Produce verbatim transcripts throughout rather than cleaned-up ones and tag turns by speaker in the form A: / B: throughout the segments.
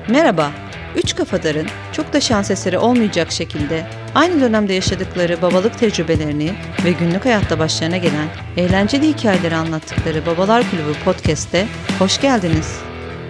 A: Merhaba, Üç Kafadar'ın çok da şans eseri olmayacak şekilde aynı dönemde yaşadıkları babalık tecrübelerini ve günlük hayatta başlarına gelen eğlenceli hikayeleri anlattıkları Babalar Kulübü Podcast'te hoş geldiniz.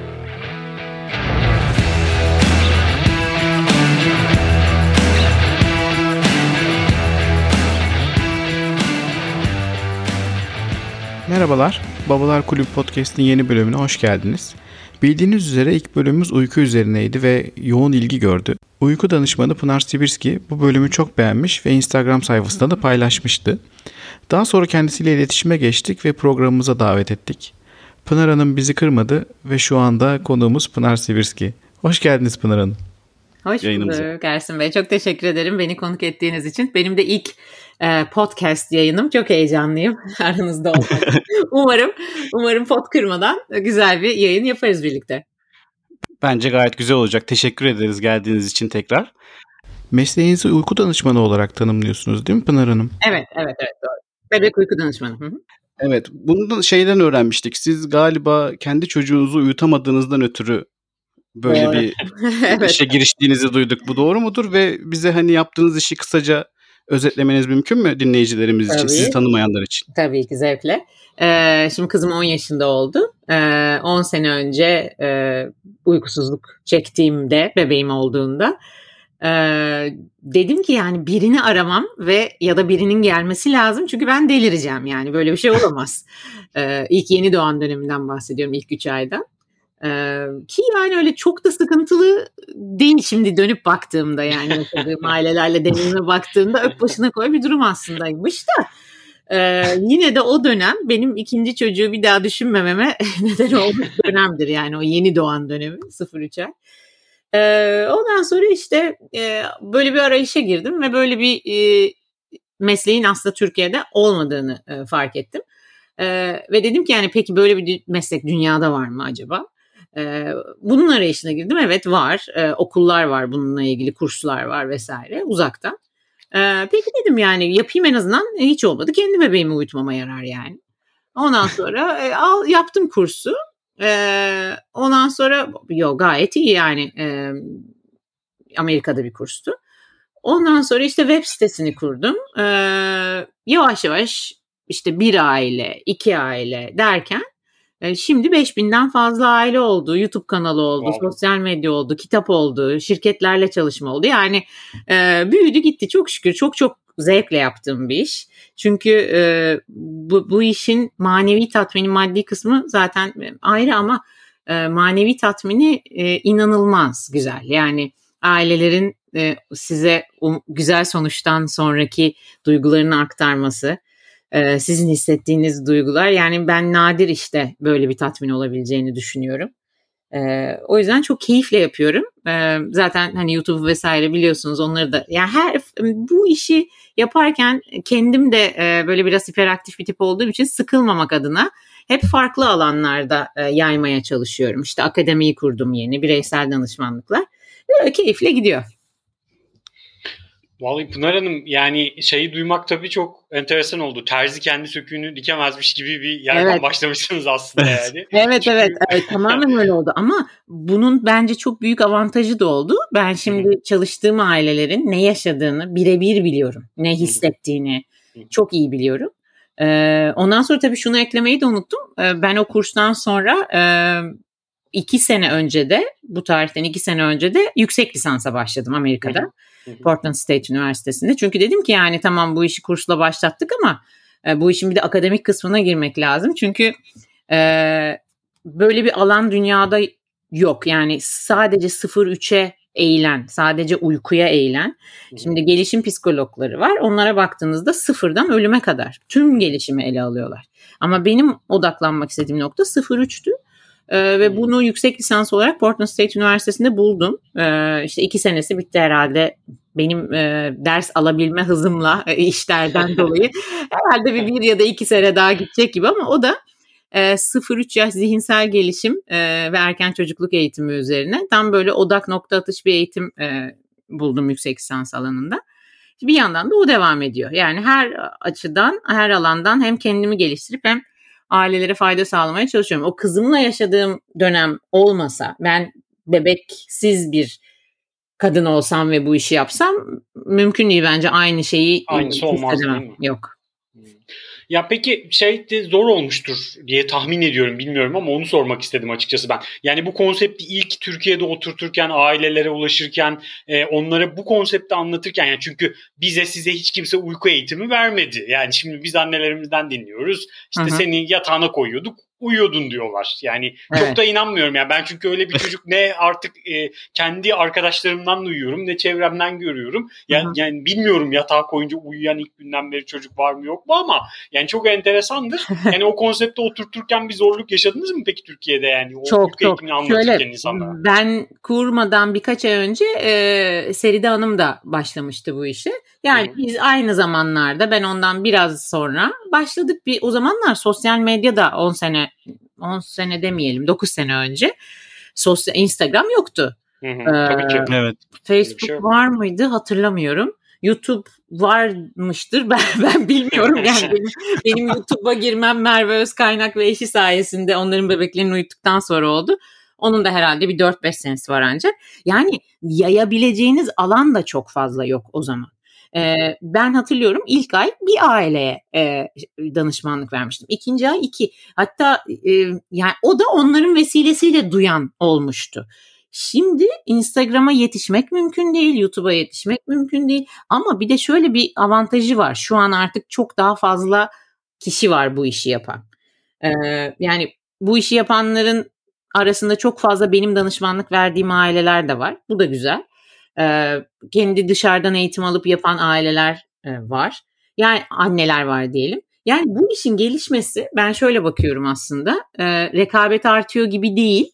B: Merhabalar, Babalar Kulübü Podcast'in yeni bölümüne hoş geldiniz. Bildiğiniz üzere ilk bölümümüz uyku üzerineydi ve yoğun ilgi gördü. Uyku danışmanı Pınar Sibirski bu bölümü çok beğenmiş ve Instagram sayfasında da paylaşmıştı. Daha sonra kendisiyle iletişime geçtik ve programımıza davet ettik. Pınar Hanım bizi kırmadı ve şu anda konuğumuz Pınar Sibirski. Hoş geldiniz Pınar Hanım.
C: Hoş bulduk Ersin Bey. Çok teşekkür ederim beni konuk ettiğiniz için. Benim de ilk e, podcast yayınım. Çok heyecanlıyım aranızda olmak. umarım umarım pot kırmadan güzel bir yayın yaparız birlikte.
B: Bence gayet güzel olacak. Teşekkür ederiz geldiğiniz için tekrar. Mesleğinizi uyku danışmanı olarak tanımlıyorsunuz değil mi Pınar Hanım?
C: Evet, evet, evet doğru. Bebek uyku danışmanı. Hı hı.
B: Evet, bunu da şeyden öğrenmiştik. Siz galiba kendi çocuğunuzu uyutamadığınızdan ötürü böyle doğru. bir evet. işe giriştiğinizi duyduk. Bu doğru mudur ve bize hani yaptığınız işi kısaca özetlemeniz mümkün mü dinleyicilerimiz Tabii. için, sizi tanımayanlar için?
C: Tabii ki zevkle. Ee, şimdi kızım on yaşında oldu. Ee, on sene önce e, uykusuzluk çektiğimde, bebeğim olduğunda e, dedim ki yani birini aramam ve ya da birinin gelmesi lazım çünkü ben delireceğim yani böyle bir şey olamaz. ee, ilk yeni doğan döneminden bahsediyorum, ilk üç aydan. Ee, ki yani öyle çok da sıkıntılı değil şimdi dönüp baktığımda, yani yaşadığım ailelerle deneyime baktığımda öp başına koy bir durum aslındaymış da e, yine de o dönem benim ikinci çocuğu bir daha düşünmememe neden olmuş dönemdir, yani o yeni doğan dönemi sıfır üç ay. Ee, ondan sonra işte e, böyle bir arayışa girdim ve böyle bir e, mesleğin aslında Türkiye'de olmadığını e, fark ettim. E, ve dedim ki yani peki böyle bir meslek dünyada var mı acaba? Ee, bunun arayışına girdim. Evet var. Ee, okullar var. Bununla ilgili kurslar var vesaire uzaktan. Ee, peki dedim yani yapayım, en azından hiç olmadı. Kendi bebeğimi uyutmama yarar yani. Ondan sonra e, al yaptım kursu. Ee, ondan sonra yo gayet iyi yani. Ee, Amerika'da bir kurstu. Ondan sonra işte web sitesini kurdum. Ee, yavaş yavaş işte bir aile, iki aile derken şimdi beş binden fazla aile oldu, YouTube kanalı oldu, wow. sosyal medya oldu, kitap oldu, şirketlerle çalışma oldu. Yani e, büyüdü gitti çok şükür, çok çok zevkle yaptığım bir iş. Çünkü e, bu, bu işin manevi tatmini, maddi kısmı zaten ayrı ama e, manevi tatmini e, inanılmaz güzel. Yani ailelerin e, size o güzel sonuçtan sonraki duygularını aktarması, sizin hissettiğiniz duygular, yani ben nadir işte böyle bir tatmin olabileceğini düşünüyorum. O yüzden çok keyifle yapıyorum. Zaten hani YouTube vesaire biliyorsunuz, onları da yani her bu işi yaparken kendim de böyle biraz hiperaktif bir tip olduğum için sıkılmamak adına hep farklı alanlarda yaymaya çalışıyorum. İşte akademiyi kurdum yeni, bireysel danışmanlıklar. Böyle keyifle gidiyor.
D: Vallahi Pınar Hanım, yani şeyi duymak tabii çok enteresan oldu. Terzi kendi söküğünü dikemezmiş gibi bir yerden evet. başlamışsınız aslında yani.
C: evet Çünkü... evet evet tamamen öyle oldu ama bunun bence çok büyük avantajı da oldu. Ben şimdi Hı-hı. çalıştığım ailelerin ne yaşadığını birebir biliyorum. Ne hissettiğini Hı-hı. çok iyi biliyorum. Ee, ondan sonra tabii şunu eklemeyi de unuttum. Ee, ben o kurstan sonra e, iki sene önce de bu tarihten iki sene önce de yüksek lisansa başladım Amerika'da. Hı-hı. Portland State Üniversitesi'nde. Çünkü dedim ki yani tamam bu işi kursla başlattık ama e, bu işin bir de akademik kısmına girmek lazım. Çünkü e, böyle bir alan dünyada yok. Yani sadece sıfır üçe eğilen, sadece uykuya eğilen. Şimdi gelişim psikologları var. Onlara baktığınızda sıfırdan ölüme kadar tüm gelişimi ele alıyorlar. Ama benim odaklanmak istediğim nokta sıfır üçtü. Ee, ve bunu yüksek lisans olarak Portland State Üniversitesi'nde buldum. Ee, işte iki senesi bitti herhalde. Benim e, ders alabilme hızımla e, işlerden dolayı herhalde bir, bir ya da iki sene daha gidecek gibi, ama o da e, sıfır üç yaş zihinsel gelişim e, ve erken çocukluk eğitimi üzerine tam böyle odak nokta atış bir eğitim e, buldum yüksek lisans alanında. Bir yandan da o devam ediyor. Yani her açıdan, her alandan hem kendimi geliştirip hem ailelere fayda sağlamaya çalışıyorum. O kızımla yaşadığım dönem olmasa, ben bebeksiz bir kadın olsam ve bu işi yapsam mümkün değil bence aynı şeyi
D: aynısı olmaz değil mi?
C: Yok.
D: Ya peki şey de zor olmuştur diye tahmin ediyorum, bilmiyorum ama onu sormak istedim açıkçası ben. Yani bu konsepti ilk Türkiye'de oturturken, ailelere ulaşırken, e, onlara bu konsepti anlatırken, yani çünkü bize size hiç kimse uyku eğitimi vermedi. Yani şimdi biz annelerimizden dinliyoruz. İşte Hı-hı. seni yatağına koyuyorduk, uyuyordun diyorlar. Yani evet. Çok da inanmıyorum yani. Ben çünkü öyle bir çocuk ne artık e, kendi arkadaşlarımdan duyuyorum ne çevremden görüyorum. Yani, yani bilmiyorum yatağa koyunca uyuyan ilk günden beri çocuk var mı yok mu ama yani çok enteresandır. Yani o konsepte oturturken bir zorluk yaşadınız mı peki Türkiye'de, yani o
C: çok çok.
D: Şöyle insanlara?
C: Ben kurmadan birkaç ay önce e, Seride Hanım da başlamıştı bu işe. Yani Hı. biz aynı zamanlarda, ben ondan biraz sonra başladık. Bir o zamanlar sosyal medyada on sene on sene demeyelim dokuz sene önce sosyal Instagram yoktu.
D: Hı hı, ee, tabii ki.
B: Evet.
C: Facebook şey var mıydı hatırlamıyorum. YouTube varmıştır ben ben bilmiyorum yani benim, benim YouTube'a girmem Merve Özkaynak ve eşi sayesinde, onların bebeklerini uyuttuktan sonra oldu. Onun da herhalde bir dört beş senesi var ancak. Yani yayabileceğiniz alan da çok fazla yok o zaman. Ee, ben hatırlıyorum ilk ay bir aileye e, danışmanlık vermiştim. İkinci ay iki. Hatta e, yani o da onların vesilesiyle duyan olmuştu. Şimdi Instagram'a yetişmek mümkün değil, YouTube'a yetişmek mümkün değil. Ama bir de şöyle bir avantajı var. Şu an artık çok daha fazla kişi var bu işi yapan. Ee, yani bu işi yapanların arasında çok fazla benim danışmanlık verdiğim aileler de var. Bu da güzel. Ee, kendi dışarıdan eğitim alıp yapan aileler e, var. Yani anneler var diyelim. Yani bu işin gelişmesi, ben şöyle bakıyorum aslında. E, rekabet artıyor gibi değil.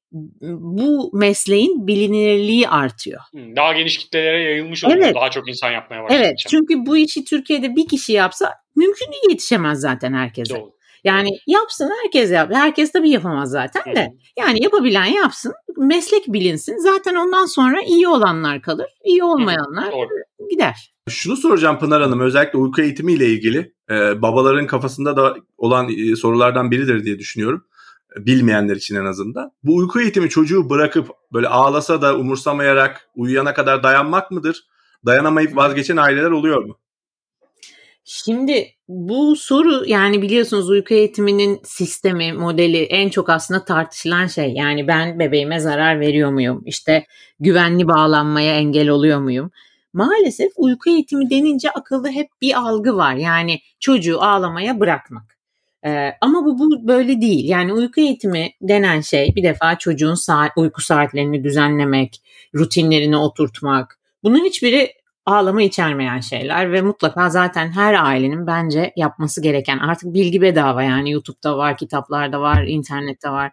C: Bu mesleğin bilinirliği artıyor.
D: Daha geniş kitlelere yayılmış oluyor. Evet. Daha çok insan yapmaya başlayacak.
C: Evet. Çünkü bu işi Türkiye'de bir kişi yapsa mümkün değil, yetişemez zaten herkese. Doğru. Yani yapsın, herkes yap. Herkes tabii yapamaz zaten de. Hı-hı. Yani yapabilen yapsın. Meslek bilinsin. Zaten ondan sonra iyi olanlar kalır. İyi olmayanlar Doğru. gider.
E: Şunu soracağım Pınar Hanım, özellikle uyku eğitimiyle ilgili e, babaların kafasında da olan e, sorulardan biridir diye düşünüyorum. Bilmeyenler için en azından. Bu uyku eğitimi çocuğu bırakıp böyle ağlasa da umursamayarak uyuyana kadar dayanmak mıdır? Dayanamayıp vazgeçen aileler oluyor mu?
C: Şimdi bu soru, yani biliyorsunuz uyku eğitiminin sistemi, modeli en çok aslında tartışılan şey. Yani ben bebeğime zarar veriyor muyum? İşte güvenli bağlanmaya engel oluyor muyum? Maalesef uyku eğitimi denince akılda hep bir algı var. Yani çocuğu ağlamaya bırakmak. Ee, ama bu, bu böyle değil. Yani uyku eğitimi denen şey bir defa çocuğun saat, uyku saatlerini düzenlemek, rutinlerini oturtmak. Bunun hiçbiri ağlama içermeyen şeyler ve mutlaka zaten her ailenin bence yapması gereken, artık bilgi bedava, yani YouTube'da var, kitaplarda var, internette var.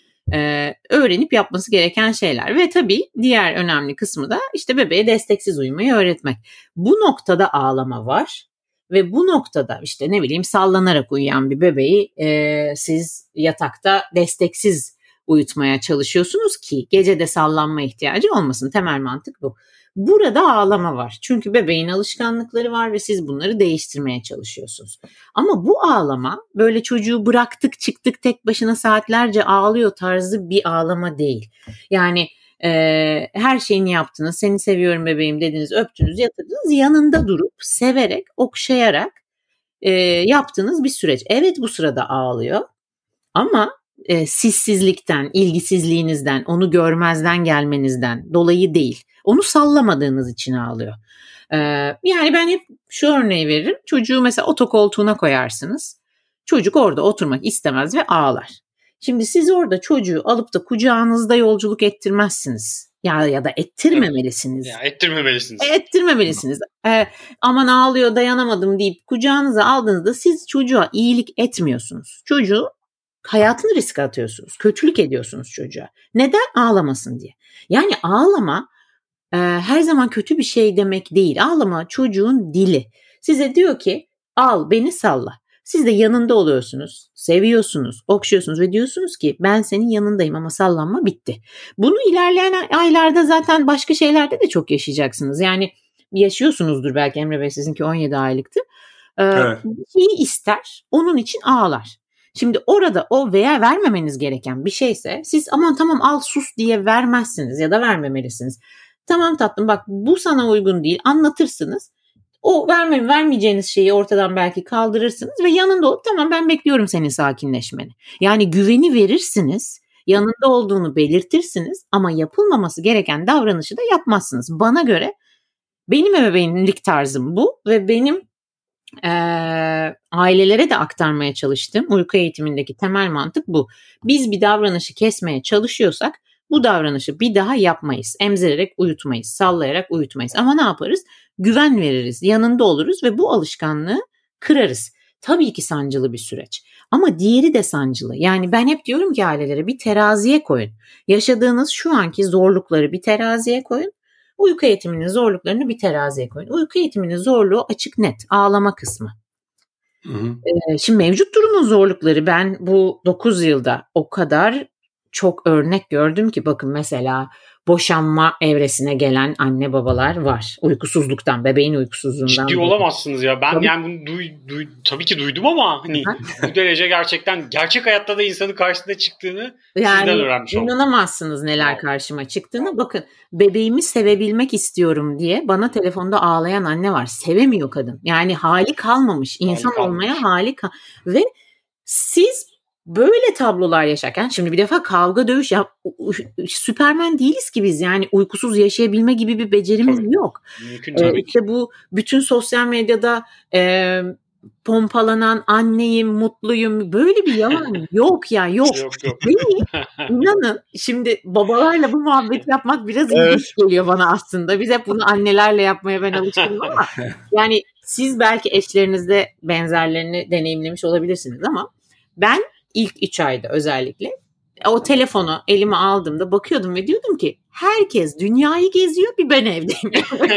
C: Ee, öğrenip yapması gereken şeyler. Ve tabii diğer önemli kısmı da işte bebeğe desteksiz uyumayı öğretmek. Bu noktada ağlama var. Ve bu noktada işte ne bileyim sallanarak uyuyan bir bebeği e, siz yatakta desteksiz uyutmaya çalışıyorsunuz ki gecede sallanma ihtiyacı olmasın. Temel mantık bu. Burada ağlama var. Çünkü bebeğin alışkanlıkları var ve siz bunları değiştirmeye çalışıyorsunuz. Ama bu ağlama böyle çocuğu bıraktık çıktık tek başına saatlerce ağlıyor tarzı bir ağlama değil. Yani Ee, her şeyini yaptınız, seni seviyorum bebeğim dediniz, öptünüz, yatırdınız, yanında durup severek, okşayarak e, yaptığınız bir süreç. Evet, bu sırada ağlıyor ama e, sizsizlikten, ilgisizliğinizden, onu görmezden gelmenizden dolayı değil, onu sallamadığınız için ağlıyor. Ee, yani ben hep şu örneği veririm, çocuğu mesela otokoltuğuna koyarsınız, çocuk orada oturmak istemez ve ağlar. Şimdi siz orada çocuğu alıp da kucağınızda yolculuk ettirmezsiniz. Ya ya da ettirmemelisiniz.
D: Ya ettirmemelisiniz.
C: Ettirmemelisiniz. Ee, aman ağlıyor dayanamadım deyip kucağınıza aldığınızda siz çocuğa iyilik etmiyorsunuz. Çocuğu hayatını riske atıyorsunuz. Kötülük ediyorsunuz çocuğa. Neden? Ağlamasın diye. Yani ağlama e, her zaman kötü bir şey demek değil. Ağlama çocuğun dili. Size diyor ki al beni salla. Siz de yanında oluyorsunuz, seviyorsunuz, okşuyorsunuz ve diyorsunuz ki ben senin yanındayım ama sallanma bitti. Bunu ilerleyen aylarda zaten başka şeylerde de çok yaşayacaksınız. Yani yaşıyorsunuzdur belki, Emre Bey sizinki on yedi aylıktı. Ee, evet. Bir şeyi ister, onun için ağlar. Şimdi orada o veya vermemeniz gereken bir şeyse siz aman tamam al sus diye vermezsiniz ya da vermemelisiniz. Tamam tatlım bak bu sana uygun değil, anlatırsınız. O verme, vermeyeceğiniz şeyi ortadan belki kaldırırsınız ve yanında olup tamam ben bekliyorum senin sakinleşmeni. Yani güveni verirsiniz, yanında olduğunu belirtirsiniz ama yapılmaması gereken davranışı da yapmazsınız. Bana göre benim ebeveynlik tarzım bu ve benim e, ailelere de aktarmaya çalıştığım uyku eğitimindeki temel mantık bu. Biz bir davranışı kesmeye çalışıyorsak bu davranışı bir daha yapmayız. Emzirerek uyutmayız, sallayarak uyutmayız. Ama ne yaparız? Güven veririz, yanında oluruz ve bu alışkanlığı kırarız. Tabii ki sancılı bir süreç ama diğeri de sancılı. Yani ben hep diyorum ki ailelere bir teraziye koyun. Yaşadığınız şu anki zorlukları bir teraziye koyun. Uyku eğitiminin zorluklarını bir teraziye koyun. Uyku eğitiminin zorluğu açık net, ağlama kısmı. Hı hı. Ee, şimdi mevcut durumun zorlukları ben bu dokuz yılda o kadar çok örnek gördüm ki bakın mesela boşanma evresine gelen anne babalar var. Uykusuzluktan, bebeğin uykusuzluğundan.
D: Ciddi olamazsınız ya. Ben
C: tabii.
D: yani bunu duy, duy, tabii ki duydum ama hani bu derece gerçekten gerçek hayatta da insanın karşısına çıktığını yani sizden öğrenmiş oldum.
C: İnanamazsınız neler karşıma çıktığını. Bakın bebeğimi sevebilmek istiyorum diye bana telefonda ağlayan anne var. Sevemiyor kadın. Yani hali kalmamış. İnsan hali olmaya kalmamış. hali kal- ve siz böyle tablolar yaşarken şimdi bir defa kavga dövüş ya Süpermen değiliz ki biz yani uykusuz yaşayabilme gibi bir becerimiz tabii. yok.
D: Mümkün
C: ee, işte bu bütün sosyal medyada e, pompalanan anneyim mutluyum böyle bir yalan yok ya yok.
D: yok, yok.
C: Değil, inanın şimdi babalarla bu muhabbet yapmak biraz evet. ilginç geliyor bana aslında. Biz hep bunu annelerle yapmaya ben alışkınım ama yani siz belki eşlerinizde benzerlerini deneyimlemiş olabilirsiniz ama ben İlk üç ayda özellikle o telefonu elime aldığımda bakıyordum ve diyordum ki herkes dünyayı geziyor bir ben evdeyim.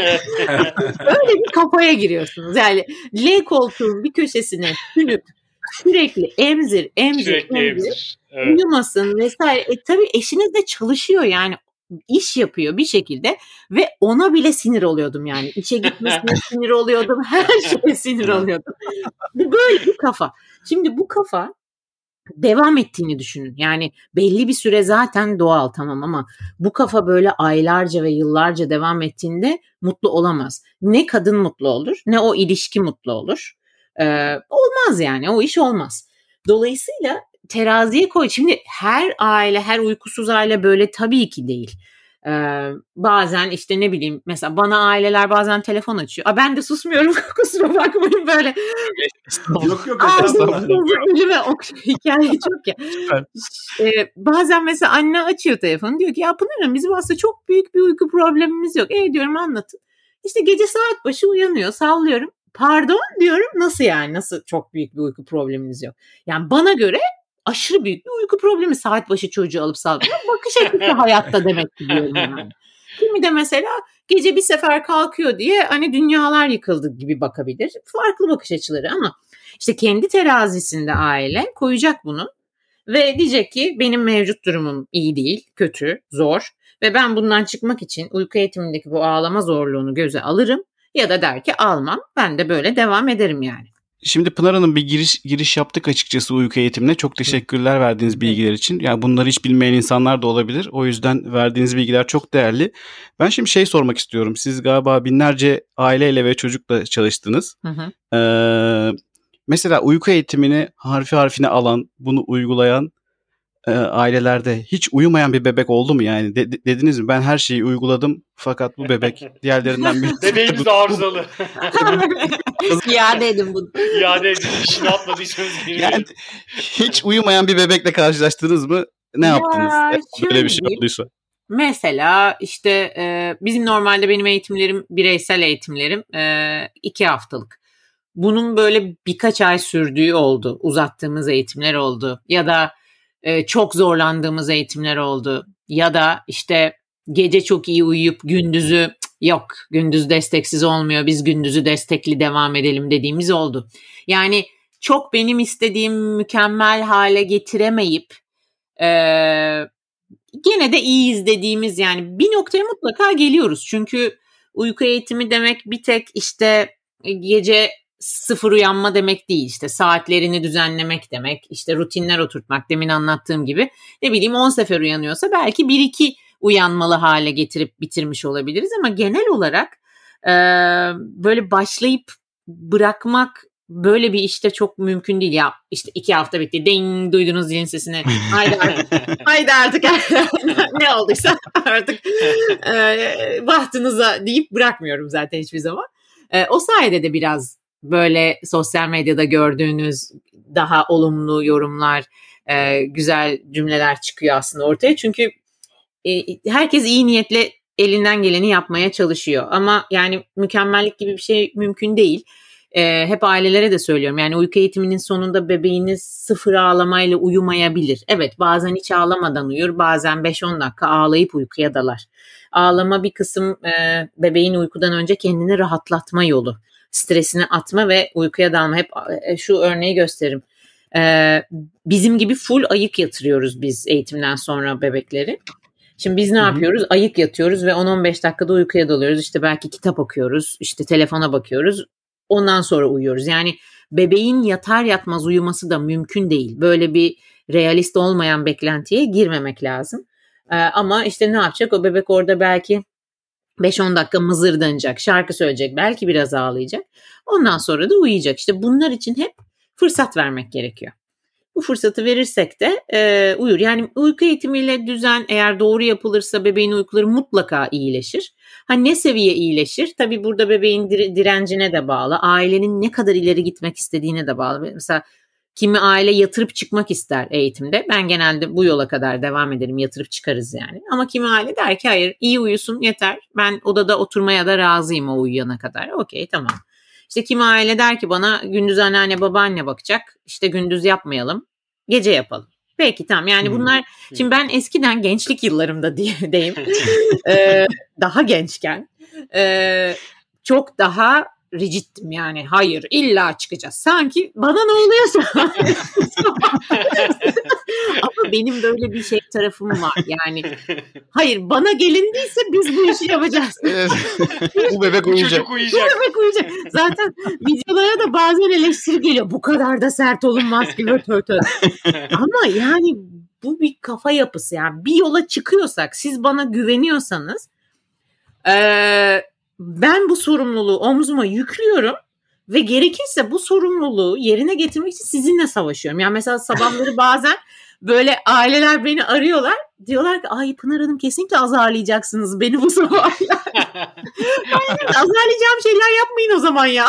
C: Öyle bir kafaya giriyorsunuz. Yani L koltuğun bir köşesine sünüp sürekli emzir, emzir,
D: sürekli
C: emzir, emzir. Evet. Uyumasın vesaire. E, tabii eşiniz de çalışıyor yani iş yapıyor bir şekilde ve ona bile sinir oluyordum yani. İşe gitmesine sinir oluyordum, her şeye sinir oluyordum. Bu böyle bir kafa. Şimdi bu kafa devam ettiğini düşünün. Yani belli bir süre zaten doğal tamam ama bu kafa böyle aylarca ve yıllarca devam ettiğinde mutlu olamaz. Ne kadın mutlu olur ne o ilişki mutlu olur. Ee, olmaz yani o iş olmaz. Dolayısıyla teraziye koy. Şimdi her aile her uykusuz aile böyle tabii ki değil. Ee, bazen işte ne bileyim mesela bana aileler bazen telefon açıyor. Aa, ben de susmuyorum kusura bakmayın böyle.
E: yok yok. Estağfurullah.
C: Hikaye çok ya. Ee, bazen mesela anne açıyor telefonu diyor ki ya Pınar'ım bizim aslında çok büyük bir uyku problemimiz yok. E diyorum anlatın. İşte gece saat başı uyanıyor sallıyorum. Pardon diyorum nasıl yani nasıl çok büyük bir uyku probleminiz yok. Yani bana göre aşırı büyük bir uyku problemi saat başı çocuğu alıp saldırıyor. Bakış açısı hayatta demek ki diyorum yani. Kimi de mesela gece bir sefer kalkıyor diye hani dünyalar yıkıldı gibi bakabilir. Farklı bakış açıları ama işte kendi terazisinde aile koyacak bunu ve diyecek ki benim mevcut durumum iyi değil, kötü, zor ve ben bundan çıkmak için uyku eğitimindeki bu ağlama zorluğunu göze alırım ya da der ki almam ben de böyle devam ederim yani.
B: Şimdi Pınar Hanım bir giriş giriş yaptık açıkçası uyku eğitimine. Çok teşekkürler verdiğiniz bilgiler için. Yani bunları hiç bilmeyen insanlar da olabilir. O yüzden verdiğiniz bilgiler çok değerli. Ben şimdi şey sormak istiyorum. Siz galiba binlerce aileyle ve çocukla çalıştınız. Hı hı. Ee, mesela uyku eğitimini harfi harfine alan, bunu uygulayan e, ailelerde hiç uyumayan bir bebek oldu mu yani? De- de- dediniz mi? Ben her şeyi uyguladım fakat bu bebek diğerlerinden bir...
D: Bebeğimiz arızalı.
C: İade edin bunu.
D: İade edin. İşini atmadıysanız geri
B: yani, hiç uyumayan bir bebekle karşılaştınız mı? Ne ya, yaptınız? Yani böyle bir şey olduysa.
C: Mesela işte e, bizim normalde benim eğitimlerim bireysel eğitimlerim e, iki haftalık. Bunun böyle birkaç ay sürdüğü oldu. Uzattığımız eğitimler oldu. Ya da e, çok zorlandığımız eğitimler oldu. Ya da işte gece çok iyi uyuyup gündüzü yok gündüz desteksiz olmuyor biz gündüzü destekli devam edelim dediğimiz oldu. Yani çok benim istediğim mükemmel hale getiremeyip e, gene de iyiyiz dediğimiz yani bir noktaya mutlaka geliyoruz. Çünkü uyku eğitimi demek bir tek işte gece sıfır uyanma demek değil, işte saatlerini düzenlemek demek, işte rutinler oturtmak, demin anlattığım gibi. Ne bileyim on sefer uyanıyorsa belki bir iki uyanmalı hale getirip bitirmiş olabiliriz ama genel olarak e, böyle başlayıp bırakmak böyle bir işte çok mümkün değil. Ya işte iki hafta bitti, ding, duydunuz zilin sesini, haydi artık haydi artık ne olduysa artık e, bahtınıza deyip bırakmıyorum zaten hiçbir zaman. E, o sayede de biraz böyle sosyal medyada gördüğünüz daha olumlu yorumlar, e, güzel cümleler çıkıyor aslında ortaya. Çünkü e, herkes iyi niyetle elinden geleni yapmaya çalışıyor. Ama yani mükemmellik gibi bir şey mümkün değil. E, hep ailelere de söylüyorum. Yani uyku eğitiminin sonunda bebeğiniz sıfır ağlamayla uyumayabilir. Evet, bazen hiç ağlamadan uyur, bazen beş on dakika ağlayıp uykuya dalar. Ağlama bir kısım e, bebeğin uykudan önce kendini rahatlatma yolu. Stresini atma ve uykuya dalma. Hep e, şu örneği gösteririm. E, bizim gibi full ayık yatırıyoruz biz eğitimden sonra bebekleri. Şimdi biz ne Hı-hı. yapıyoruz? Ayık yatıyoruz ve on on beş dakikada uykuya dalıyoruz. İşte belki kitap okuyoruz, işte telefona bakıyoruz. Ondan sonra uyuyoruz. Yani bebeğin yatar yatmaz uyuması da mümkün değil. Böyle bir realist olmayan beklentiye girmemek lazım. Ee, ama işte ne yapacak? O bebek orada belki beş on dakika mızırdanacak, şarkı söyleyecek, belki biraz ağlayacak. Ondan sonra da uyuyacak. İşte bunlar için hep fırsat vermek gerekiyor. Bu fırsatı verirsek de e, uyur. Yani uyku eğitimiyle düzen eğer doğru yapılırsa bebeğin uykuları mutlaka iyileşir. Ha ne seviye iyileşir? Tabii burada bebeğin direncine de bağlı. Ailenin ne kadar ileri gitmek istediğine de bağlı. Mesela kimi aile yatırıp çıkmak ister eğitimde. Ben genelde bu yola kadar devam ederim. Yatırıp çıkarız yani. Ama kimi aile der ki hayır, iyi uyusun yeter. Ben odada oturmaya da razıyım o uyuyana kadar. Okey, tamam. İşte kimi aile der ki bana gündüz anneanne babaanne bakacak. İşte gündüz yapmayalım. Gece yapalım. Peki tamam, yani bunlar hmm. Şimdi ben eskiden gençlik yıllarımda diyeyim. ee, daha gençken e, çok daha rigiddim yani. Hayır, illa çıkacağız. Sanki bana ne oluyorsa. Ama benim böyle bir şey tarafım var. Yani hayır, bana gelindiyse biz bu işi yapacağız.
B: Evet. Bu bebek uyuyacak.
C: Bu bebek uyuyacak. Zaten videolara da bazen eleştiri geliyor. Bu kadar da sert olunmaz gibi. Tö tö. Ama yani bu bir kafa yapısı yani. Bir yola çıkıyorsak, siz bana güveniyorsanız eee ben bu sorumluluğu omzuma yüklüyorum ve gerekirse bu sorumluluğu yerine getirmek için sizinle savaşıyorum. Yani mesela sabahları bazen böyle aileler beni arıyorlar. Diyorlar ki ay Pınar Hanım kesinlikle azarlayacaksınız beni bu sabah. Hayır, azarlayacağım şeyler yapmayın o zaman ya.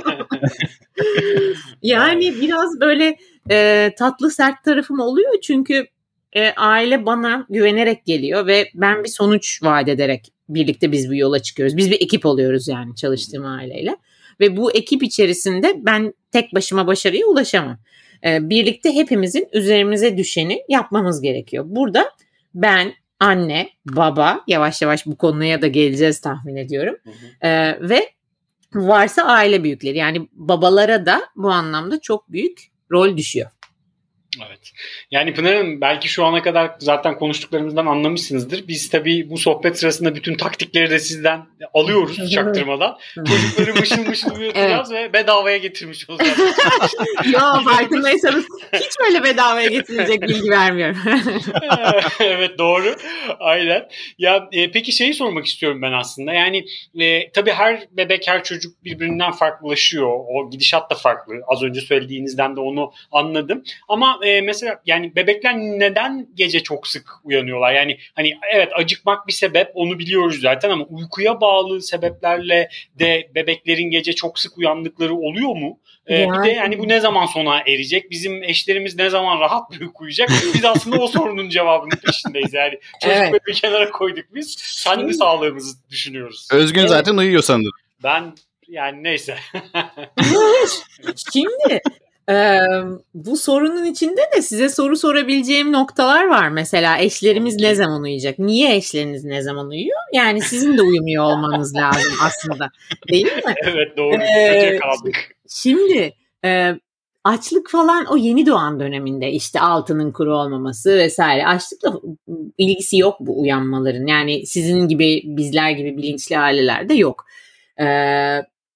C: Yani biraz böyle e, tatlı sert tarafım oluyor çünkü e, aile bana güvenerek geliyor ve ben bir sonuç vaat ederek birlikte biz bir yola çıkıyoruz. Biz bir ekip oluyoruz yani çalıştığım aileyle. Ve bu ekip içerisinde ben tek başıma başarıya ulaşamam. Ee, birlikte hepimizin üzerimize düşeni yapmamız gerekiyor. Burada ben, anne, baba, yavaş yavaş bu konuya da geleceğiz tahmin ediyorum. Hı hı. Ee, ve varsa aile büyükleri, yani babalara da bu anlamda çok büyük rol düşüyor.
D: Evet. Yani Pınar Hanım, belki şu ana kadar zaten konuştuklarımızdan anlamışsınızdır. Biz tabii bu sohbet sırasında bütün taktikleri de sizden alıyoruz çaktırmadan. Çocukları mışıl mışıl uyutacağız evet. Ve bedavaya getirmiş olacağız.
C: Yok, farkındaysanız hiç böyle bedavaya getirilecek bilgi vermiyorum.
D: Evet, doğru. Aynen. Ya e, peki şeyi sormak istiyorum ben aslında. Yani e, tabii her bebek, her çocuk birbirinden farklılaşıyor. O gidişat da farklı. Az önce söylediğinizden de onu anladım. Ama e, mesela yani bebekler neden gece çok sık uyanıyorlar? Yani hani evet, acıkmak bir sebep, onu biliyoruz zaten, ama uykuya bağlı sebeplerle de bebeklerin gece çok sık uyandıkları oluyor mu? Ee, yani. Bir de yani bu ne zaman sona erecek? Bizim eşlerimiz ne zaman rahat bir uyku uyuyacak? Biz aslında o sorunun cevabının peşindeyiz. Yani çocukları evet. bir kenara koyduk biz. Kendi sağlığımızı düşünüyoruz.
B: Özgün evet. zaten uyuyor sanırım.
D: Ben yani neyse.
C: Şimdi Ee, bu sorunun içinde de size soru sorabileceğim noktalar var. Mesela eşlerimiz ne zaman uyuyacak? Niye eşleriniz ne zaman uyuyor? Yani sizin de uyumuyor olmanız lazım aslında. Değil mi?
D: Evet, doğru. Ee, kaldık.
C: Şimdi e, açlık falan o yeni doğan döneminde, işte altının kuru olmaması vesaire, açlıkla ilgisi yok bu uyanmaların. Yani sizin gibi, bizler gibi bilinçli ailelerde yok. Ee,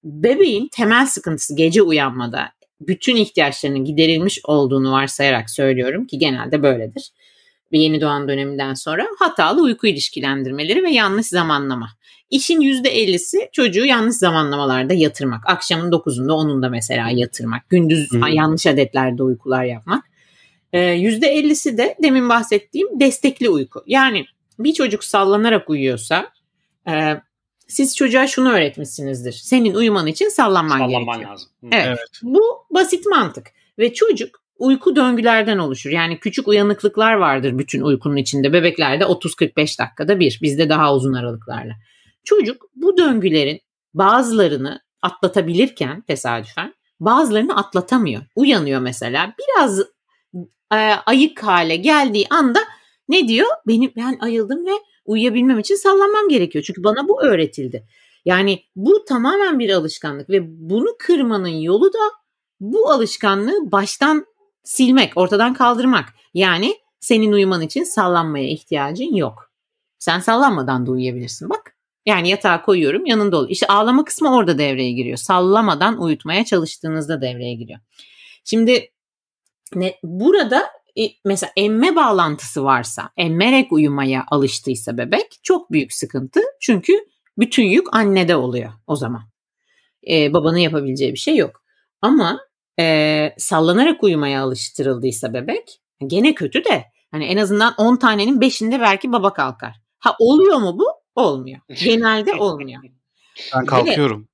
C: bebeğin temel sıkıntısı gece uyanmada bütün ihtiyaçlarının giderilmiş olduğunu varsayarak söylüyorum ki genelde böyledir. Ve yeni doğan döneminden sonra hatalı uyku ilişkilendirmeleri ve yanlış zamanlama. İşin yüzde ellisi çocuğu yanlış zamanlamalarda yatırmak. Akşamın dokuzunda onunda mesela yatırmak. Gündüz Hı. yanlış adetlerde uykular yapmak. Ee, yüzde ellisi de demin bahsettiğim destekli uyku. Yani bir çocuk sallanarak uyuyorsa e, siz çocuğa şunu öğretmişsinizdir. Senin uyuman için sallanman, sallanman gerekiyor. Lazım. Evet, evet. Bu basit mantık. Ve çocuk uyku döngülerden oluşur. Yani küçük uyanıklıklar vardır bütün uykunun içinde. Bebeklerde otuz kırk beş dakikada bir. Bizde daha uzun aralıklarla. Çocuk bu döngülerin bazılarını atlatabilirken tesadüfen bazılarını atlatamıyor. Uyanıyor mesela. Biraz e, ayık hale geldiği anda ne diyor? Benim ben ayıldım ve uyuyabilmem için sallanmam gerekiyor. Çünkü bana bu öğretildi. Yani bu tamamen bir alışkanlık ve bunu kırmanın yolu da bu alışkanlığı baştan silmek, ortadan kaldırmak. Yani senin uyuman için sallanmaya ihtiyacın yok. Sen sallanmadan da uyuyabilirsin bak. Yani yatağa koyuyorum yanında ol. İşte ağlama kısmı orada devreye giriyor. Sallamadan uyutmaya çalıştığınızda devreye giriyor. Şimdi ne, burada e, mesela emme bağlantısı varsa, emmerek uyumaya alıştıysa bebek çok büyük sıkıntı. Çünkü bütün yük annede oluyor o zaman. Ee, babanın yapabileceği bir şey yok. Ama e, sallanarak uyumaya alıştırıldıysa bebek gene kötü de hani en azından on tanenin beşinde belki baba kalkar. Ha oluyor mu bu? Olmuyor. Genelde olmuyor.
B: Ben kalkıyorum.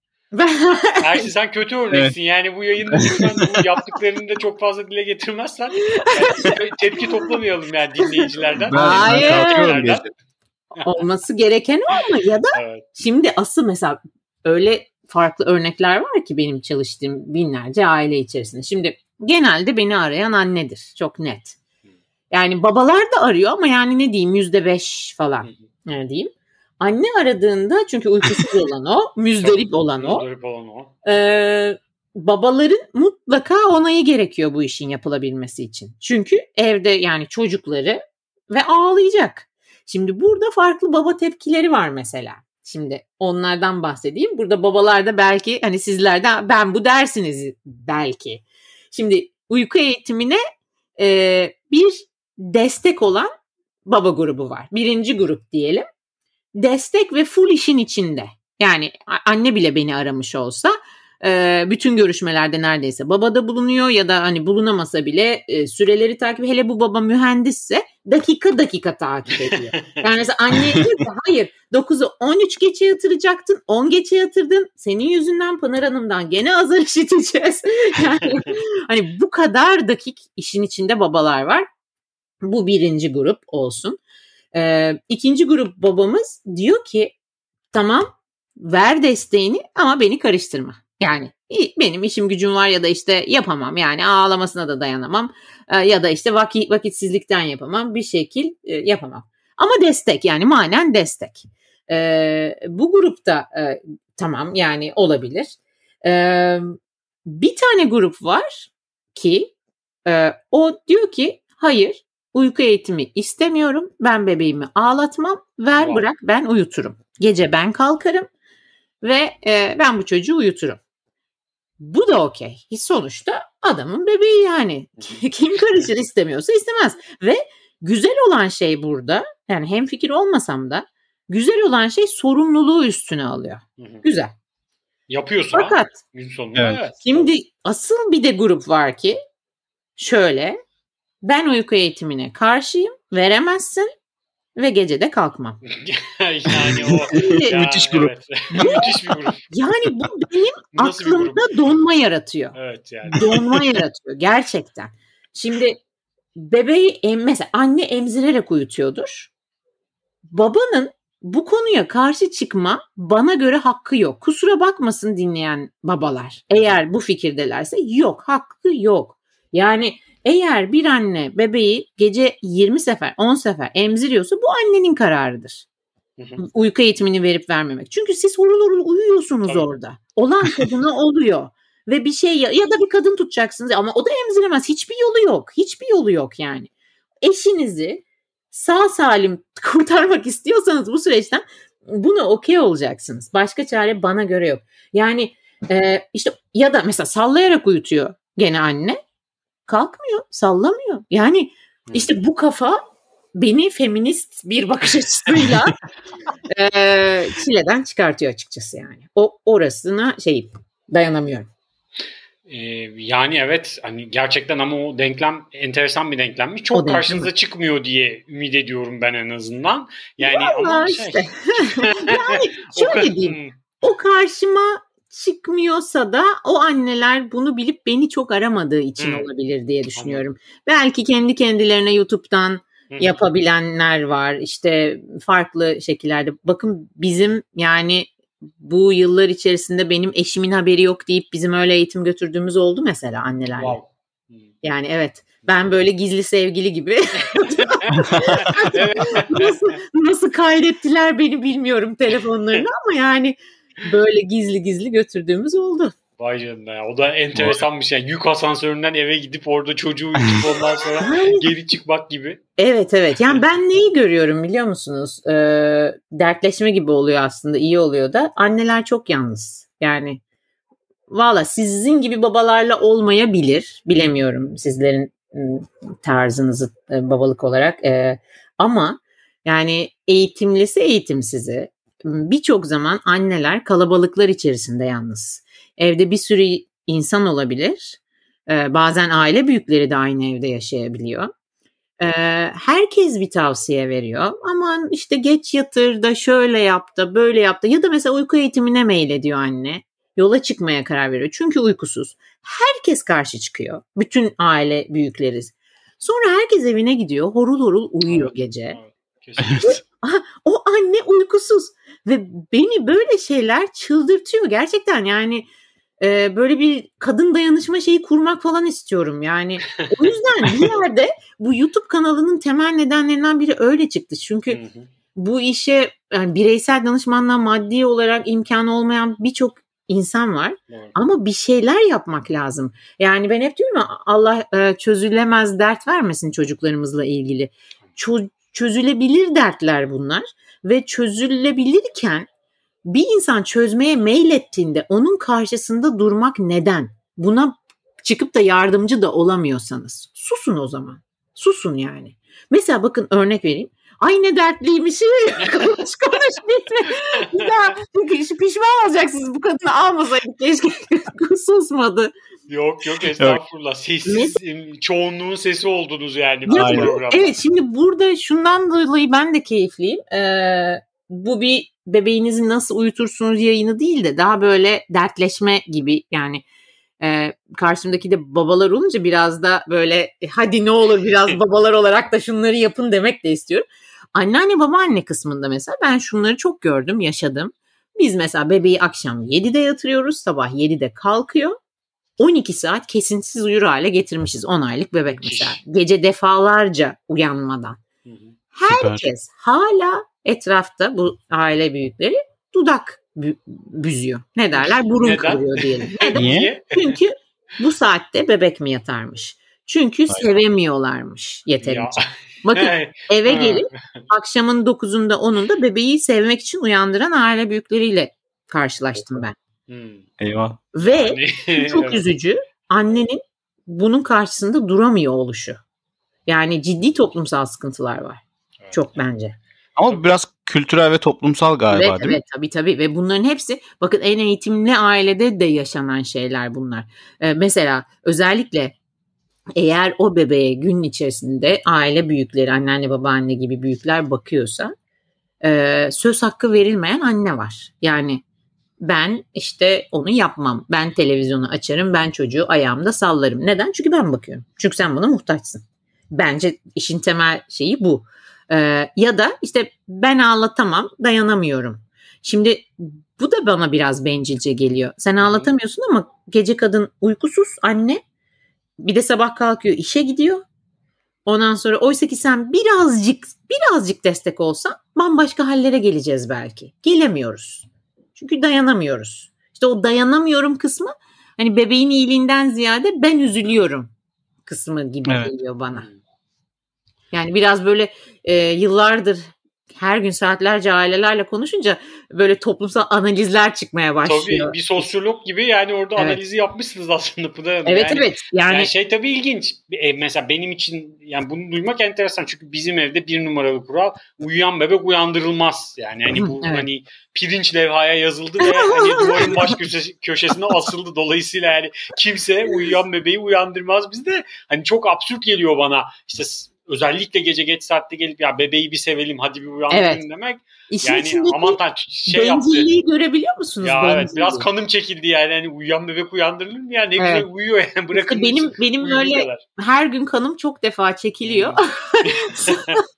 D: Ersin sen kötü örneksin. Evet. Yani bu yayında lütfen bu yaptıklarını da çok fazla dile getirmezsen yani tepki toplamayalım yani dinleyicilerden.
B: Ben, Hayır. Ben kalkıyorum.
C: Olması gereken o ama ya da evet. Şimdi asıl mesela öyle farklı örnekler var ki benim çalıştığım binlerce aile içerisinde. Şimdi genelde beni arayan annedir. Çok net. Yani babalar da arıyor ama yani ne diyeyim yüzde beş falan. Ne diyeyim. Anne aradığında çünkü uykusuz olan o, müzdarip olan o. Müzdarip olan o. E, babaların mutlaka onayı gerekiyor bu işin yapılabilmesi için. Çünkü evde yani çocukları ve ağlayacak. Şimdi burada farklı baba tepkileri var mesela. Şimdi onlardan bahsedeyim. Burada babalar da belki hani sizlerden ben bu dersiniz belki. Şimdi uyku eğitimine e, bir destek olan baba grubu var. Birinci grup diyelim. Destek ve full işin içinde. Yani anne bile beni aramış olsa e, bütün görüşmelerde neredeyse baba da bulunuyor ya da hani bulunamasa bile e, süreleri takip. Hele bu baba mühendisse dakika dakika takip ediyor. Yani mesela anne diyor ki hayır dokuzu on üç geçe yatıracaktın, on geçe yatırdın. Senin yüzünden Pınar Hanım'dan gene azar işiteceğiz. Yani hani bu kadar dakik işin içinde babalar var. Bu birinci grup olsun. Ee, ikinci grup babamız diyor ki tamam ver desteğini ama beni karıştırma. Yani benim işim gücüm var ya da işte yapamam yani ağlamasına da dayanamam ee, ya da işte vakit, vakitsizlikten yapamam bir şekil e, yapamam. Ama destek yani manen destek. Ee, bu grupta e, tamam yani olabilir. Ee, bir tane grup var ki e, o diyor ki hayır. Uyku eğitimi istemiyorum. Ben bebeğimi ağlatmam. Ver wow. bırak ben uyuturum. Gece ben kalkarım ve e, ben bu çocuğu uyuturum. Bu da okey. Sonuçta adamın bebeği yani. Kim karışır istemiyorsa istemez. Ve güzel olan şey burada yani hemfikir olmasam da güzel olan şey sorumluluğu üstüne alıyor. Güzel.
D: Yapıyorsa
C: fakat
D: gün sonunda evet.
C: Şimdi asıl bir de grup var ki şöyle ben uyku eğitimine karşıyım, veremezsin ve gecede kalkmam.
D: Yani o ya,
B: müthiş grup.
D: Evet. Müthiş bir grup.
C: Yani bu benim aklımda donma yaratıyor.
D: Evet yani.
C: Donma yaratıyor gerçekten. Şimdi bebeği em- mesela anne emzirerek uyutuyordur. Babanın bu konuya karşı çıkma bana göre hakkı yok. Kusura bakmasın dinleyen babalar. Eğer bu fikirdelerse yok, hakkı yok. Yani eğer bir anne bebeği gece yirmi sefer, on sefer emziriyorsa bu annenin kararıdır. Hı hı. Uyku eğitimini verip vermemek. Çünkü siz horul horul uyuyorsunuz Tabii. orada. Olan kadına oluyor. Ve bir şey ya, ya da bir kadın tutacaksınız ama o da emziremez. Hiçbir yolu yok. Hiçbir yolu yok yani. Eşinizi sağ salim kurtarmak istiyorsanız bu süreçten buna okey olacaksınız. Başka çare bana göre yok. Yani Ee, işte ya da mesela sallayarak uyutuyor gene anne. Kalkmıyor, sallamıyor. Yani işte bu kafa beni feminist bir bakış açısıyla e, çileden çıkartıyor açıkçası yani. O orasına şey dayanamıyorum.
D: Ee, yani evet hani gerçekten ama o denklem enteresan bir denklemmiş. Çok
C: denklem.
D: karşınıza çıkmıyor diye ümit ediyorum ben en azından. Yani
C: Vallahi
D: ama
C: işte.
D: şey.
C: Yani şöyle diyeyim. O karşıma çıkmıyorsa da o anneler bunu bilip beni çok aramadığı için hmm. olabilir diye düşünüyorum. Anladım. Belki kendi kendilerine YouTube'dan hmm. yapabilenler var. İşte farklı şekillerde. Bakın bizim yani bu yıllar içerisinde benim eşimin haberi yok deyip bizim öyle eğitim götürdüğümüz oldu mesela annelerle. Wow. Hmm. Yani evet. Ben böyle gizli sevgili gibi nasıl, nasıl kaydettiler beni bilmiyorum telefonlarını ama yani böyle gizli gizli götürdüğümüz oldu.
D: Vay canına ya. O da enteresan bir şey. Yük asansöründen eve gidip orada çocuğu uyutup ondan sonra geri çıkmak gibi.
C: Evet evet. Yani ben neyi görüyorum biliyor musunuz? Ee, dertleşme gibi oluyor aslında. İyi oluyor da. Anneler çok yalnız. Yani valla sizin gibi babalarla olmayabilir. Bilemiyorum sizlerin tarzınızı babalık olarak. Ee, ama yani eğitimlisi eğitimsizi birçok zaman anneler kalabalıklar içerisinde yalnız. Evde bir sürü insan olabilir. Ee, bazen aile büyükleri de aynı evde yaşayabiliyor. Ee, herkes bir tavsiye veriyor. Aman işte geç yatır da şöyle yap da böyle yap da ya da mesela uyku eğitimine meylediyor anne. Yola çıkmaya karar veriyor. Çünkü uykusuz. Herkes karşı çıkıyor. Bütün aile büyükleri. Sonra herkes evine gidiyor. Horul horul uyuyor evet, gece. Evet, o anne uykusuz. Ve beni böyle şeyler çıldırtıyor. Gerçekten yani e, böyle bir kadın dayanışma şeyi kurmak falan istiyorum. Yani o yüzden bir yerde bu YouTube kanalının temel nedenlerinden biri öyle çıktı. Çünkü bu işe yani bireysel danışmanlığa maddi olarak imkanı olmayan birçok insan var. Evet. Ama bir şeyler yapmak lazım. Yani ben hep diyorum ya Allah e, çözülemez dert vermesin çocuklarımızla ilgili. Ço- çözülebilir dertler bunlar ve çözülebilirken bir insan çözmeye meylettiğinde onun karşısında durmak neden? Buna çıkıp da yardımcı da olamıyorsanız susun o zaman. Susun yani. Mesela bakın örnek vereyim. Ay ne dertliymiş. konuş konuş bitme. Bir daha pişman olacaksınız bu kadını almasaydık keşke. Susmadı.
D: Yok yok estağfurullah. Sessiz çoğunluğun sesi oldunuz yani. Bu
C: ya, evet şimdi burada şundan dolayı ben de keyifliyim. Ee, bu bir bebeğinizi nasıl uyutursunuz yayını değil de daha böyle dertleşme gibi yani. Ee, karşımdaki de babalar olunca biraz da böyle e, hadi ne olur biraz babalar olarak da şunları yapın demek de istiyorum. Anneanne babaanne kısmında mesela ben şunları çok gördüm, yaşadım. Biz mesela bebeği akşam yedide yatırıyoruz, sabah yedide kalkıyor. on iki saat kesintisiz uyur hale getirmişiz on aylık bebek mesela. Gece defalarca uyanmadan. Herkes Süper. Hala etrafta bu aile büyükleri dudak büzüyor. Ne derler? Burun Neden? Kırıyor diyelim. Neden? Niye? Çünkü bu saatte bebek mi yatarmış? Çünkü Hayır. sevemiyorlarmış yeterince. Bakın eve gelip akşamın dokuzunda onunda bebeği sevmek için uyandıran aile büyükleriyle karşılaştım ben.
B: Hmm. Eyvah.
C: Ve çok üzücü annenin bunun karşısında duramıyor oluşu. Yani ciddi toplumsal sıkıntılar var. Evet. Çok bence.
B: Ama biraz kültürel ve toplumsal galiba
C: evet,
B: değil
C: evet, mi? Tabii tabii ve bunların hepsi bakın en eğitimli ailede de yaşanan şeyler bunlar. Ee, mesela özellikle eğer o bebeğe gün içerisinde aile büyükleri, anneanne babaanne gibi büyükler bakıyorsa e, söz hakkı verilmeyen anne var. Yani ben işte onu yapmam. Ben televizyonu açarım, ben çocuğu ayağımda sallarım. Neden? Çünkü ben bakıyorum. Çünkü sen buna muhtaçsın. Bence işin temel şeyi bu. Ee, ya da işte ben ağlatamam, dayanamıyorum. Şimdi bu da bana biraz bencilce geliyor. Sen ağlatamıyorsun ama gece kadın uykusuz anne. Bir de sabah kalkıyor, işe gidiyor. Ondan sonra oysa ki sen birazcık birazcık destek olsan bambaşka hallere geleceğiz belki. Gelemiyoruz. Çünkü dayanamıyoruz. İşte o dayanamıyorum kısmı hani bebeğin iyiliğinden ziyade ben üzülüyorum kısmı gibi evet. geliyor bana. Yani biraz böyle e, yıllardır her gün saatlerce ailelerle konuşunca böyle toplumsal analizler çıkmaya başlıyor.
D: Tabii bir sosyolog gibi yani orada
C: Evet.
D: analizi yapmışsınız aslında Pınar Hanım.
C: Evet
D: yani,
C: evet. Yani,
D: yani şey tabii ilginç. E, mesela benim için yani bunu duymak enteresan çünkü bizim evde bir numaralı kural uyuyan bebek uyandırılmaz. Yani hani bu
C: Evet.
D: hani pirinç levhaya yazıldı ve hani duvarın baş köşesi, köşesine asıldı. Dolayısıyla yani kimse uyuyan bebeği uyandırmaz. Bizde hani çok absürt geliyor bana. İşte özellikle gece geç saatte gelip ya bebeği bir sevelim hadi bir uyandırın
C: Evet.
D: demek.
C: işin
D: Yani
C: içindeki
D: aman tanrım şey yaptı.
C: bencilliği görebiliyor musunuz?
D: Ya
C: bencilliği?
D: evet biraz kanım çekildi yani hani uyuyan bebek uyandırılır mı ya ne
C: Evet.
D: güzel uyuyor yani bırakın
C: İşte benim benim
D: uyuduğu
C: öyle
D: kadar.
C: her gün kanım çok defa çekiliyor.
D: Hmm.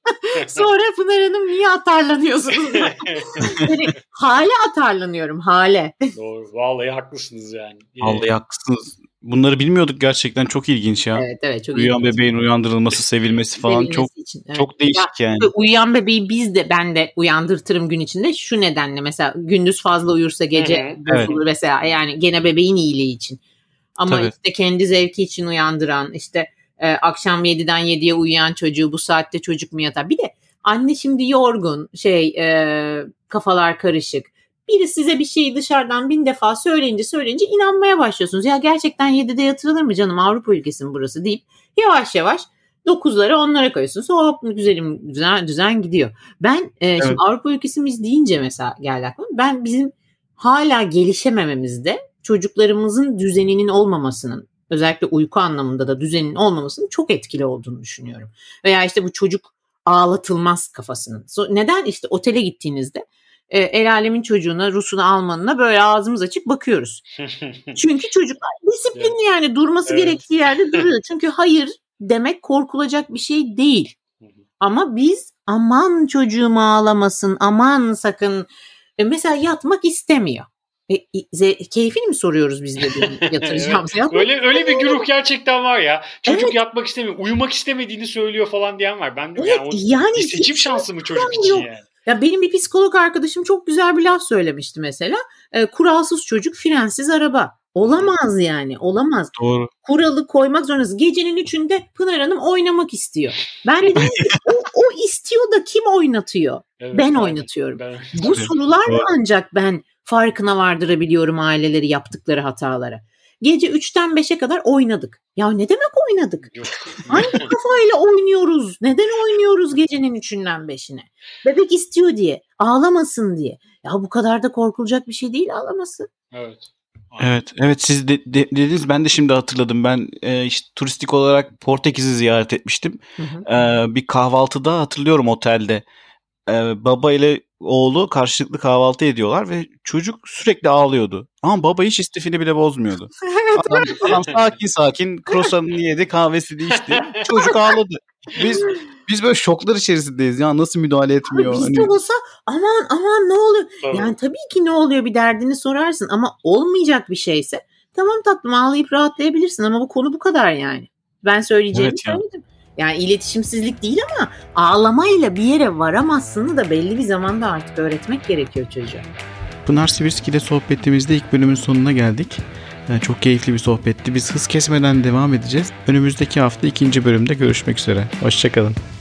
C: Sonra Pınar Hanım niye atarlanıyorsunuz? Yani hale atarlanıyorum hale.
D: Doğru vallahi haklısınız yani.
B: Vallahi haklısınız. Bunları bilmiyorduk gerçekten çok ilginç ya.
C: Evet evet çok
B: Uyuyan
C: ilginç.
B: bebeğin uyandırılması, sevilmesi falan
C: Sevilmesi
B: çok
C: için, evet.
B: çok değişik
C: Ya,
B: yani.
C: uyuyan bebeği biz de ben de uyandırtırım gün içinde şu nedenle mesela gündüz fazla uyursa gece
D: Hı hı.
C: bozulur mesela yani gene bebeğin iyiliği için. Ama
B: Tabii.
C: işte kendi zevki için uyandıran işte e, akşam yediden yediye uyuyan çocuğu bu saatte çocuk mu yatar? Bir de anne şimdi yorgun şey e, kafalar karışık. Biri size bir şeyi dışarıdan bin defa söyleyince söyleyince inanmaya başlıyorsunuz. Ya gerçekten yedide yatırılır mı canım Avrupa ülkesi mi burası deyip yavaş yavaş dokuzlara onlara koyuyorsunuz. Hop güzelim düzen, düzen gidiyor. Ben e,
B: Evet.
C: şimdi Avrupa ülkesimiz deyince mesela geldi aklıma. Ben bizim hala gelişemememizde çocuklarımızın düzeninin olmamasının özellikle uyku anlamında da düzenin olmamasının çok etkili olduğunu düşünüyorum. Veya işte bu çocuk ağlatılmaz kafasının. So, neden işte otele gittiğinizde e, el alemin çocuğuna Rus'unu Almanına böyle ağzımız açık bakıyoruz. Çünkü çocuklar disiplinli yani durması
D: Evet.
C: gerektiği yerde duruyor. Çünkü hayır demek korkulacak bir şey değil. Ama biz aman çocuğum ağlamasın, aman sakın. E, mesela yatmak istemiyor. E, ze- keyfini mi soruyoruz biz de yatıracağımız?
D: Evet. öyle öyle bir güruh gerçekten var ya. Çocuk
C: Evet.
D: yatmak istemiyor, uyumak istemediğini söylüyor falan diyen var. Ben diyorum
C: Evet,
D: yani, o
C: yani
D: bir seçim
C: hiç
D: şansı mı çocuk
C: yok.
D: için yani?
C: Ya benim bir psikolog arkadaşım çok güzel bir laf söylemişti mesela. E, kuralsız çocuk, frensiz araba. Olamaz yani, olamaz.
B: Doğru.
C: Kuralı koymak zorundasın. Gecenin üçünde Pınar Hanım oynamak istiyor. Ben de dedim ki o, o istiyor da kim oynatıyor?
D: Evet,
C: ben
D: aynen.
C: oynatıyorum.
D: Ben...
C: Bu
B: Tabii.
C: sorularla
B: Doğru.
C: ancak ben farkına vardırabiliyorum aileleri yaptıkları hatalara. Gece üçten beşe kadar oynadık. Ya ne demek oynadık?
D: Yok.
C: Hangi kafayla oynuyoruz? Neden oynuyoruz gecenin üçünden beşine? Bebek istiyor diye, ağlamasın diye. Ya bu kadar da korkulacak bir şey değil ağlaması.
D: Evet.
B: Evet, evet siz de, de- dediniz ben de şimdi hatırladım. Ben e, işte turistik olarak Portekiz'i ziyaret etmiştim.
C: Hı hı.
B: E, bir kahvaltıda hatırlıyorum otelde. E, baba ile oğlu karşılıklı kahvaltı ediyorlar ve çocuk sürekli ağlıyordu. Ama baba hiç istifini bile bozmuyordu. Adam, adam sakin sakin croissant'ını yedi, kahvesini içti. Çocuk ağladı. Biz biz böyle şoklar içerisindeyiz. Ya nasıl müdahale etmiyor?
C: Abi bizde
B: Hani-
C: olsa aman aman ne oluyor?
D: Tabii.
C: Yani tabii ki ne oluyor bir derdini sorarsın ama olmayacak bir şeyse tamam tatlım ağlayıp rahatlayabilirsin ama bu konu bu kadar yani. Ben söyleyeceğimi
B: Evet ya.
C: söyledim. Yani iletişimsizlik değil ama ağlamayla bir yere varamazsını da belli bir zamanda artık öğretmek gerekiyor çocuğa.
B: Pınar Sivriski ile sohbetimizde ilk bölümün sonuna geldik. Yani çok keyifli bir sohbetti. Biz hız kesmeden devam edeceğiz. Önümüzdeki hafta ikinci bölümde görüşmek üzere. Hoşçakalın.